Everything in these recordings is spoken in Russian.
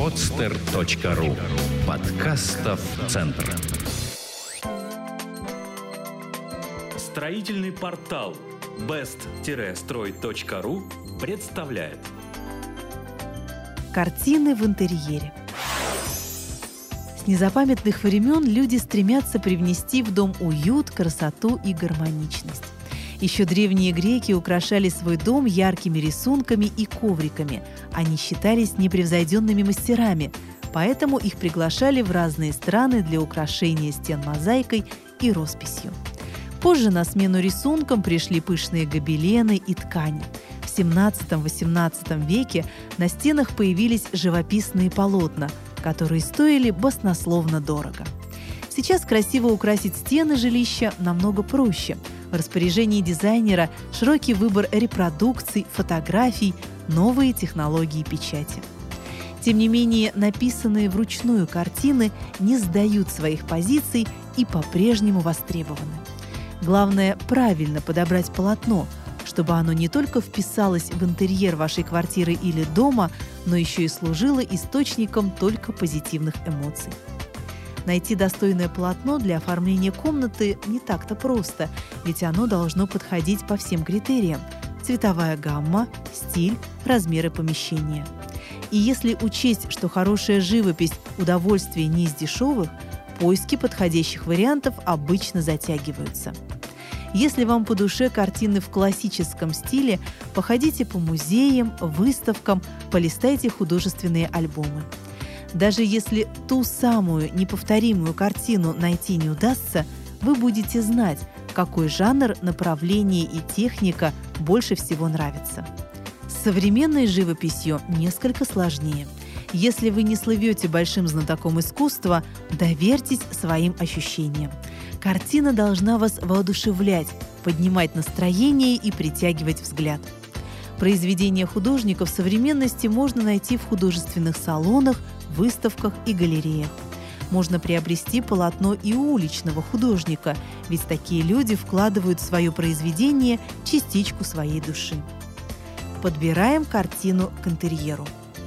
podster.ru. Подкастов центр. Строительный портал best-строй.ру представляет картины в интерьере. С незапамятных времен люди стремятся привнести в дом уют, красоту и гармоничность. Еще древние греки украшали свой дом яркими рисунками и ковриками. Они считались непревзойденными мастерами, поэтому их приглашали в разные страны для украшения стен мозаикой и росписью. Позже на смену рисункам пришли пышные гобелены и ткани. В XVII-XVIII веке на стенах появились живописные полотна, которые стоили баснословно дорого. Сейчас красиво украсить стены жилища намного проще. В распоряжении дизайнера широкий выбор репродукций, фотографий, новые технологии печати. Тем не менее, написанные вручную картины не сдают своих позиций и по-прежнему востребованы. Главное – правильно подобрать полотно, чтобы оно не только вписалось в интерьер вашей квартиры или дома, но еще и служило источником только позитивных эмоций. Найти достойное полотно для оформления комнаты не так-то просто, ведь оно должно подходить по всем критериям – цветовая гамма, стиль, размеры помещения. И если учесть, что хорошая живопись – удовольствие не из дешевых, поиски подходящих вариантов обычно затягиваются. Если вам по душе картины в классическом стиле, походите по музеям, выставкам, полистайте художественные альбомы. Даже если ту самую неповторимую картину найти не удастся, вы будете знать, какой жанр, направление и техника больше всего нравится. С современной живописью несколько сложнее. Если вы не слывете большим знатоком искусства, доверьтесь своим ощущениям. Картина должна вас воодушевлять, поднимать настроение и притягивать взгляд. Произведения художников современности можно найти в художественных салонах, выставках и галереях. Можно приобрести полотно и у уличного художника, ведь такие люди вкладывают в свое произведение частичку своей души. Подбираем картину к интерьеру.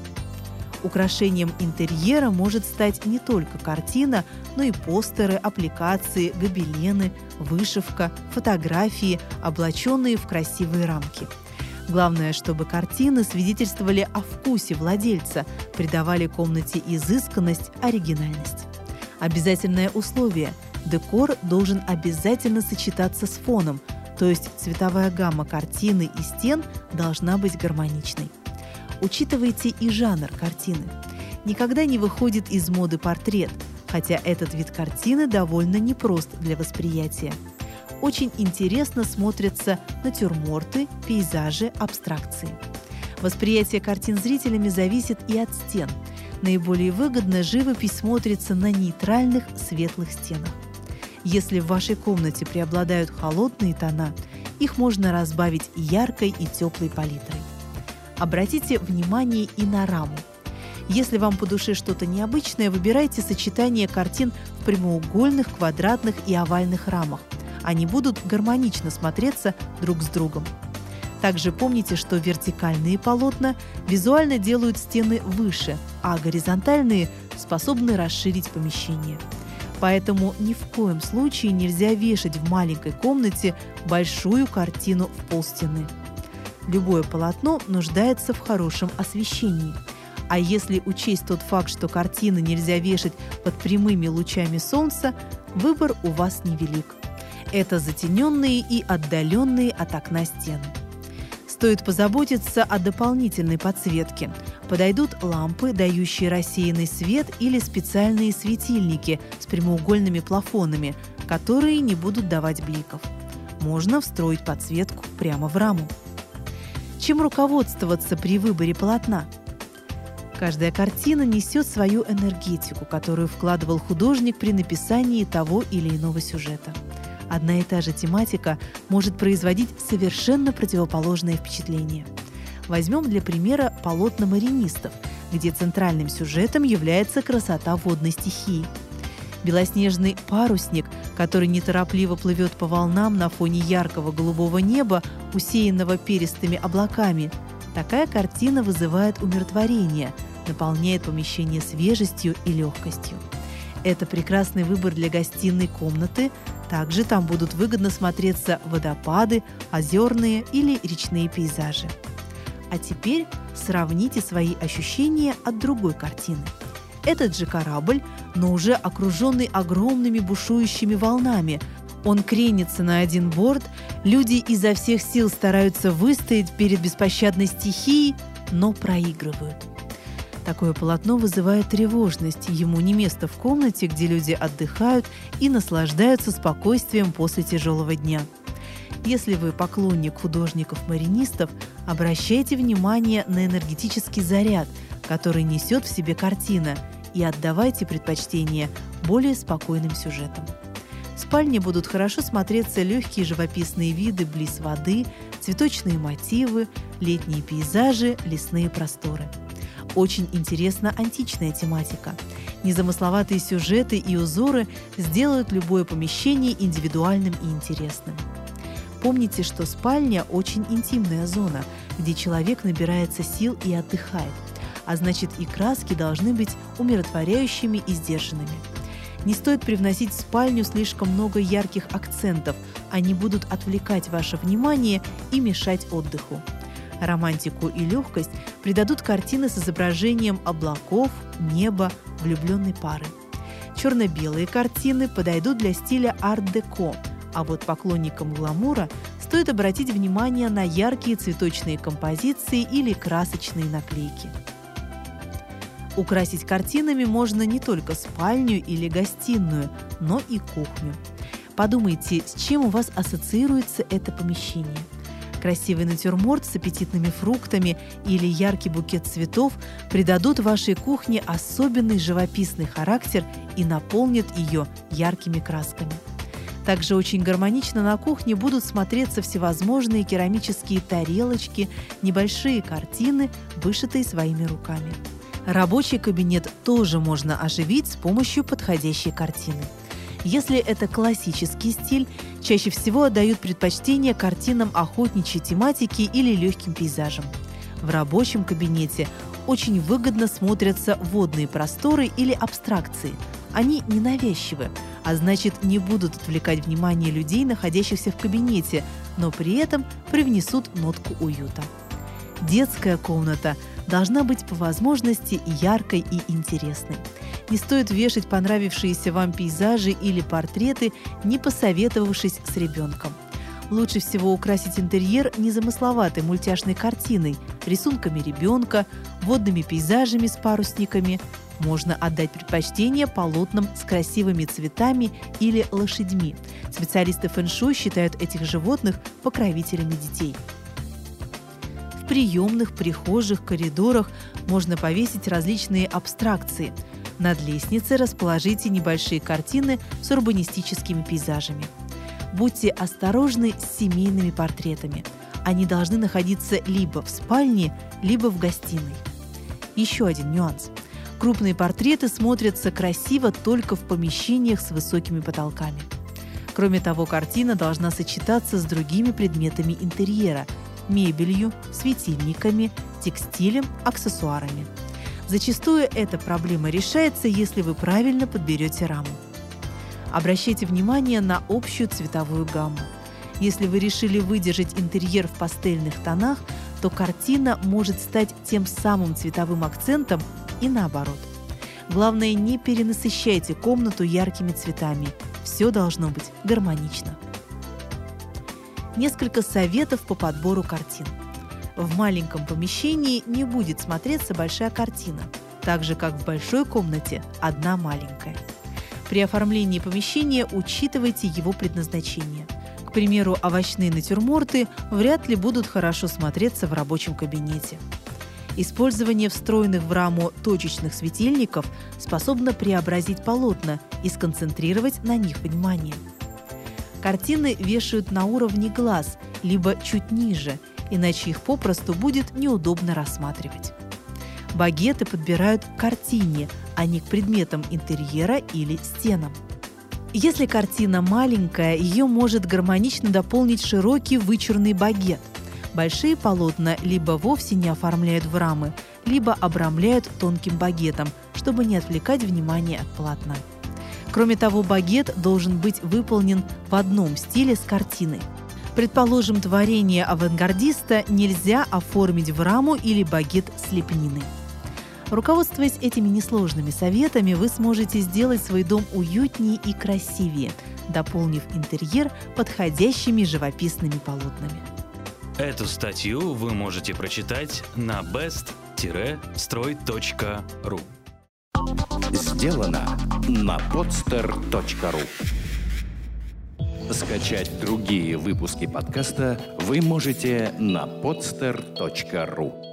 Украшением интерьера может стать не только картина, но и постеры, аппликации, гобелены, вышивка, фотографии, облаченные в красивые рамки. Главное, чтобы картины свидетельствовали о вкусе владельца, придавали комнате изысканность, оригинальность. Обязательное условие – декор должен обязательно сочетаться с фоном, то есть цветовая гамма картины и стен должна быть гармоничной. Учитывайте и жанр картины. Никогда не выходит из моды портрет, хотя этот вид картины довольно непрост для восприятия. Очень интересно смотрятся натюрморты, пейзажи, абстракции. Восприятие картин зрителями зависит и от стен. Наиболее выгодно живопись смотрится на нейтральных светлых стенах. Если в вашей комнате преобладают холодные тона, их можно разбавить яркой и теплой палитрой. Обратите внимание и на раму. Если вам по душе что-то необычное, выбирайте сочетание картин в прямоугольных, квадратных и овальных рамах. Они будут гармонично смотреться друг с другом. Также помните, что вертикальные полотна визуально делают стены выше, а горизонтальные способны расширить помещение. Поэтому ни в коем случае нельзя вешать в маленькой комнате большую картину в полстены. Любое полотно нуждается в хорошем освещении. А если учесть тот факт, что картины нельзя вешать под прямыми лучами солнца, выбор у вас невелик. Это затененные и отдаленные от окна стены. Стоит позаботиться о дополнительной подсветке. Подойдут лампы, дающие рассеянный свет, или специальные светильники с прямоугольными плафонами, которые не будут давать бликов. Можно встроить подсветку прямо в раму. Чем руководствоваться при выборе полотна? Каждая картина несет свою энергетику, которую вкладывал художник при написании того или иного сюжета. Одна и та же тематика может производить совершенно противоположное впечатление. Возьмем для примера полотна маринистов, где центральным сюжетом является красота водной стихии. Белоснежный парусник, который неторопливо плывет по волнам на фоне яркого голубого неба, усеянного перистыми облаками. Такая картина вызывает умиротворение, наполняет помещение свежестью и легкостью. Это прекрасный выбор для гостиной комнаты. Также там будут выгодно смотреться водопады, озерные или речные пейзажи. А теперь сравните свои ощущения от другой картины. Этот же корабль, но уже окруженный огромными бушующими волнами. Он кренится на один борт, люди изо всех сил стараются выстоять перед беспощадной стихией, но проигрывают. Такое полотно вызывает тревожность, ему не место в комнате, где люди отдыхают и наслаждаются спокойствием после тяжелого дня. Если вы поклонник художников-маринистов, обращайте внимание на энергетический заряд, который несет в себе картина, и отдавайте предпочтение более спокойным сюжетам. В спальне будут хорошо смотреться легкие живописные виды близ воды, цветочные мотивы, летние пейзажи, лесные просторы. Очень интересна античная тематика. Незамысловатые сюжеты и узоры сделают любое помещение индивидуальным и интересным. Помните, что спальня – очень интимная зона, где человек набирается сил и отдыхает, а значит и краски должны быть умиротворяющими и сдержанными. Не стоит привносить в спальню слишком много ярких акцентов, они будут отвлекать ваше внимание и мешать отдыху. Романтику и легкость придадут картины с изображением облаков, неба, влюбленной пары. Черно-белые картины подойдут для стиля арт-деко, а вот поклонникам гламура стоит обратить внимание на яркие цветочные композиции или красочные наклейки. Украсить картинами можно не только спальню или гостиную, но и кухню. Подумайте, с чем у вас ассоциируется это помещение. Красивый натюрморт с аппетитными фруктами или яркий букет цветов придадут вашей кухне особенный живописный характер и наполнят ее яркими красками. Также очень гармонично на кухне будут смотреться всевозможные керамические тарелочки, небольшие картины, вышитые своими руками. Рабочий кабинет тоже можно оживить с помощью подходящей картины. Если это классический стиль, чаще всего отдают предпочтение картинам охотничьей тематики или легким пейзажам. В рабочем кабинете очень выгодно смотрятся водные просторы или абстракции. Они ненавязчивы, а значит не будут отвлекать внимание людей, находящихся в кабинете, но при этом привнесут нотку уюта. Детская комната должна быть по возможности яркой и интересной. Не стоит вешать понравившиеся вам пейзажи или портреты, не посоветовавшись с ребенком. Лучше всего украсить интерьер незамысловатой мультяшной картиной, рисунками ребенка, водными пейзажами с парусниками. Можно отдать предпочтение полотнам с красивыми цветами или лошадьми. Специалисты фэн-шуй считают этих животных покровителями детей. В приемных, прихожих, коридорах можно повесить различные абстракции. Над лестницей расположите небольшие картины с урбанистическими пейзажами. Будьте осторожны с семейными портретами. Они должны находиться либо в спальне, либо в гостиной. Еще один нюанс. Крупные портреты смотрятся красиво только в помещениях с высокими потолками. Кроме того, картина должна сочетаться с другими предметами интерьера – мебелью, светильниками, текстилем, аксессуарами. Зачастую эта проблема решается, если вы правильно подберете раму. Обращайте внимание на общую цветовую гамму. Если вы решили выдержать интерьер в пастельных тонах, то картина может стать тем самым цветовым акцентом и наоборот. Главное, не перенасыщайте комнату яркими цветами. Все должно быть гармонично. Несколько советов по подбору картин. В маленьком помещении не будет смотреться большая картина, так же, как в большой комнате одна маленькая. При оформлении помещения учитывайте его предназначение. К примеру, овощные натюрморты вряд ли будут хорошо смотреться в рабочем кабинете. Использование встроенных в раму точечных светильников способно преобразить полотна и сконцентрировать на них внимание. Картины вешают на уровне глаз, либо чуть ниже, иначе их попросту будет неудобно рассматривать. Багеты подбирают к картине, а не к предметам интерьера или стенам. Если картина маленькая, ее может гармонично дополнить широкий вычурный багет. Большие полотна либо вовсе не оформляют в рамы, либо обрамляют тонким багетом, чтобы не отвлекать внимание от полотна. Кроме того, багет должен быть выполнен в одном стиле с картиной. Предположим, творение авангардиста нельзя оформить в раму или багет с лепниной. Руководствуясь этими несложными советами, вы сможете сделать свой дом уютнее и красивее, дополнив интерьер подходящими живописными полотнами. Эту статью вы можете прочитать на best-строй.ру. Сделано на podster.ru. Скачать другие выпуски подкаста вы можете на podster.ru.